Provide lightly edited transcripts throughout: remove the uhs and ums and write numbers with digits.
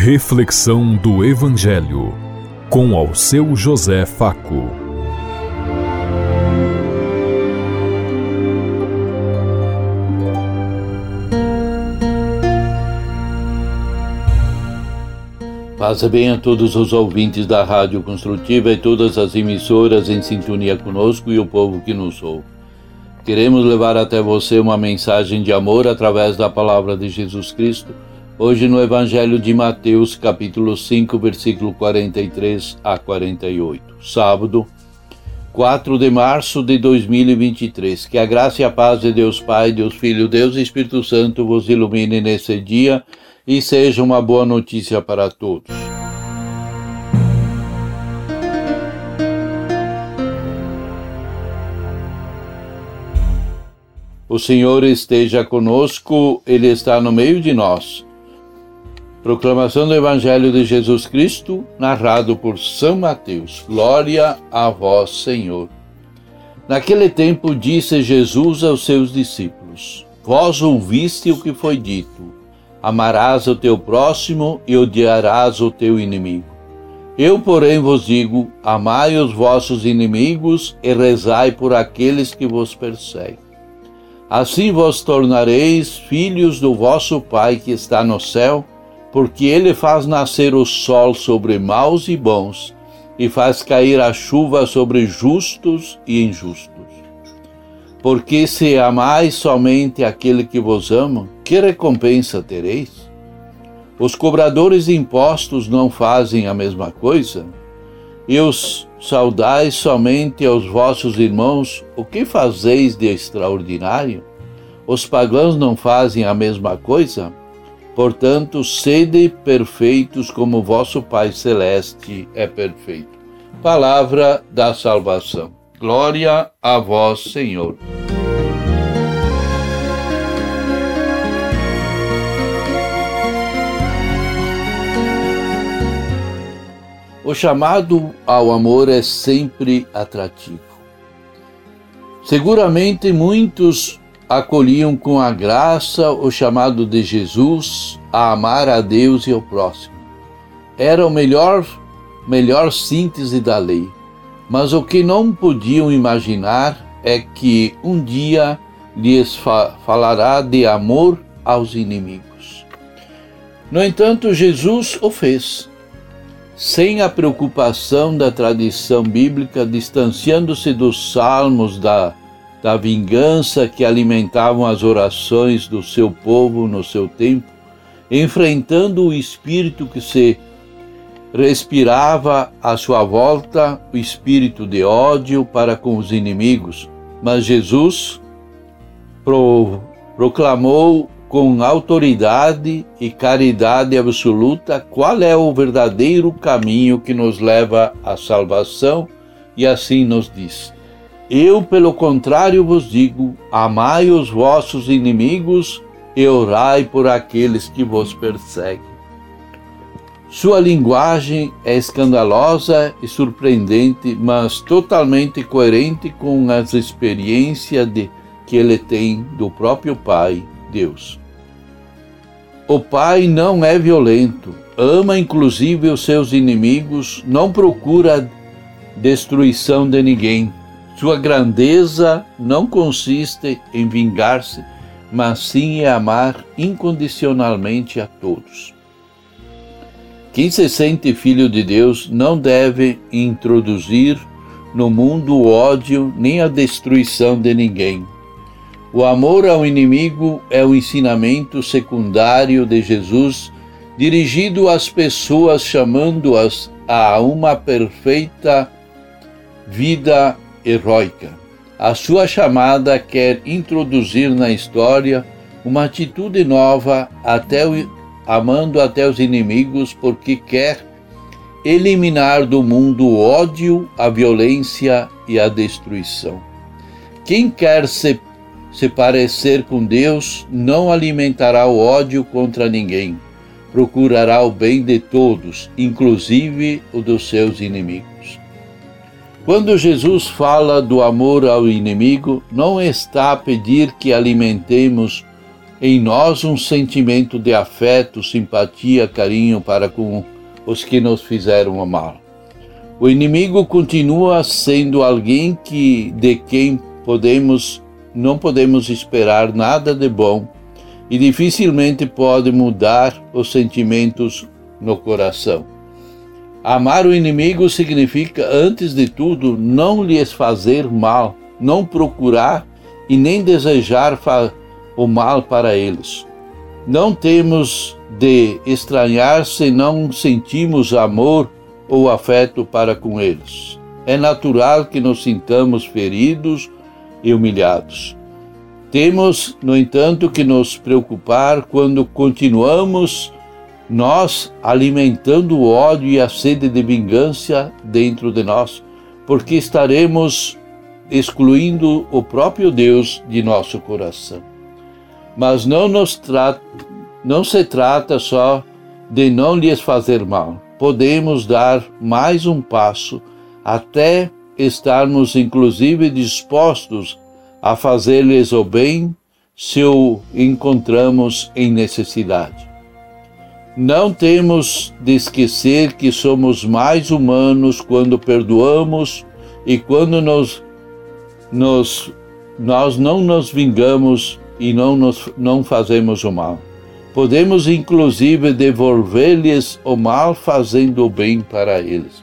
Reflexão do Evangelho, com ao seu José Faco. Paz e bem a todos os ouvintes da Rádio Construtiva e todas as emissoras em sintonia conosco e o povo que nos ouve. Queremos levar até você uma mensagem de amor através da palavra de Jesus Cristo, hoje no Evangelho de Mateus, capítulo 5, versículo 43 a 48. Sábado, 4 de março de 2023. Que a graça e a paz de Deus Pai, Deus Filho, Deus e Espírito Santo vos ilumine nesse dia e seja uma boa notícia para todos. O Senhor esteja conosco, Ele está no meio de nós. Proclamação do Evangelho de Jesus Cristo, narrado por São Mateus. Glória a vós, Senhor. Naquele tempo disse Jesus aos seus discípulos: Vós ouviste o que foi dito: amarás o teu próximo e odiarás o teu inimigo. Eu, porém, vos digo: amai os vossos inimigos e rezai por aqueles que vos perseguem. Assim vos tornareis filhos do vosso Pai que está no céu, porque Ele faz nascer o sol sobre maus e bons, e faz cair a chuva sobre justos e injustos. Porque se amais somente aquele que vos ama, que recompensa tereis? Os cobradores de impostos não fazem a mesma coisa? E os saudais somente aos vossos irmãos, o que fazeis de extraordinário? Os pagãos não fazem a mesma coisa? Portanto, sede perfeitos como vosso Pai Celeste é perfeito. Palavra da salvação. Glória a vós, Senhor. O chamado ao amor é sempre atrativo. Seguramente muitos acolhiam com a graça o chamado de Jesus a amar a Deus e ao próximo. Era o melhor síntese da lei. Mas o que não podiam imaginar é que um dia lhes falará de amor aos inimigos. No entanto, Jesus o fez, sem a preocupação da tradição bíblica, distanciando-se dos salmos da vingança que alimentavam as orações do seu povo no seu tempo, enfrentando o espírito que se respirava à sua volta, o espírito de ódio para com os inimigos. Mas Jesus proclamou com autoridade e caridade absoluta qual é o verdadeiro caminho que nos leva à salvação, e assim nos diz: Eu, pelo contrário, vos digo, amai os vossos inimigos e orai por aqueles que vos perseguem. Sua linguagem é escandalosa e surpreendente, mas totalmente coerente com as experiências que ele tem do próprio Pai, Deus. O Pai não é violento, ama inclusive os seus inimigos, não procura destruição de ninguém. Sua grandeza não consiste em vingar-se, mas sim em amar incondicionalmente a todos. Quem se sente filho de Deus não deve introduzir no mundo o ódio nem a destruição de ninguém. O amor ao inimigo é o ensinamento secundário de Jesus, dirigido às pessoas, chamando-as a uma perfeita vida heróica. A sua chamada quer introduzir na história uma atitude nova, amando até os inimigos, porque quer eliminar do mundo o ódio, a violência e a destruição. Quem quer se parecer com Deus não alimentará o ódio contra ninguém, procurará o bem de todos, inclusive o dos seus inimigos. Quando Jesus fala do amor ao inimigo, não está a pedir que alimentemos em nós um sentimento de afeto, simpatia, carinho para com os que nos fizeram o mal. O inimigo continua sendo alguém de quem não podemos esperar nada de bom e dificilmente pode mudar os sentimentos no coração. Amar o inimigo significa, antes de tudo, não lhes fazer mal, não procurar e nem desejar o mal para eles. Não temos de estranhar se não sentimos amor ou afeto para com eles. É natural que nos sintamos feridos e humilhados. Temos, no entanto, que nos preocupar quando continuamos nós alimentando o ódio e a sede de vingança dentro de nós, porque estaremos excluindo o próprio Deus de nosso coração. Mas não se trata só de não lhes fazer mal. Podemos dar mais um passo até estarmos inclusive dispostos a fazer-lhes o bem se o encontramos em necessidade. Não temos de esquecer que somos mais humanos quando perdoamos e quando nós não nos vingamos e não fazemos o mal. Podemos inclusive devolver-lhes o mal fazendo o bem para eles.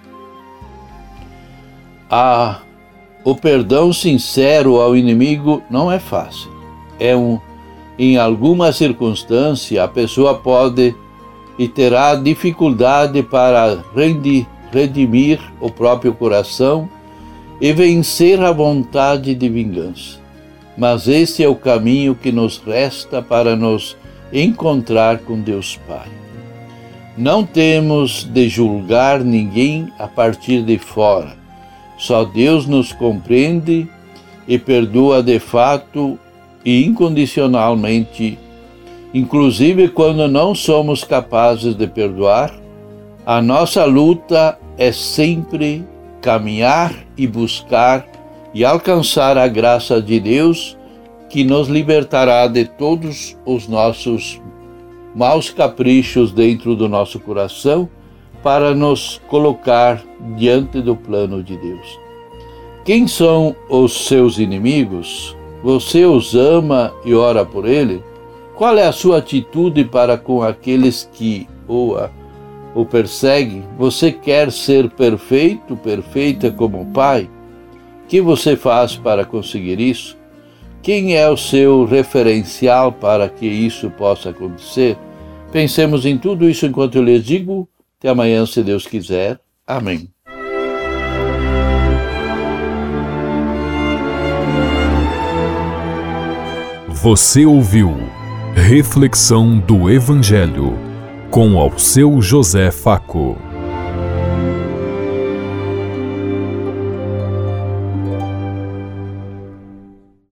O perdão sincero ao inimigo não é fácil. Em alguma circunstância a pessoa pode e terá dificuldade para redimir o próprio coração e vencer a vontade de vingança. Mas esse é o caminho que nos resta para nos encontrar com Deus Pai. Não temos de julgar ninguém a partir de fora. Só Deus nos compreende e perdoa de fato e incondicionalmente. Inclusive quando não somos capazes de perdoar, a nossa luta é sempre caminhar e buscar e alcançar a graça de Deus, que nos libertará de todos os nossos maus caprichos dentro do nosso coração, para nos colocar diante do plano de Deus. Quem são os seus inimigos? Você os ama e ora por ele? Qual é a sua atitude para com aqueles que o perseguem? Você quer ser perfeito, perfeita como Pai? O que você faz para conseguir isso? Quem é o seu referencial para que isso possa acontecer? Pensemos em tudo isso enquanto eu lhes digo. Até amanhã, se Deus quiser. Amém. Você ouviu Reflexão do Evangelho com ao seu José Faco.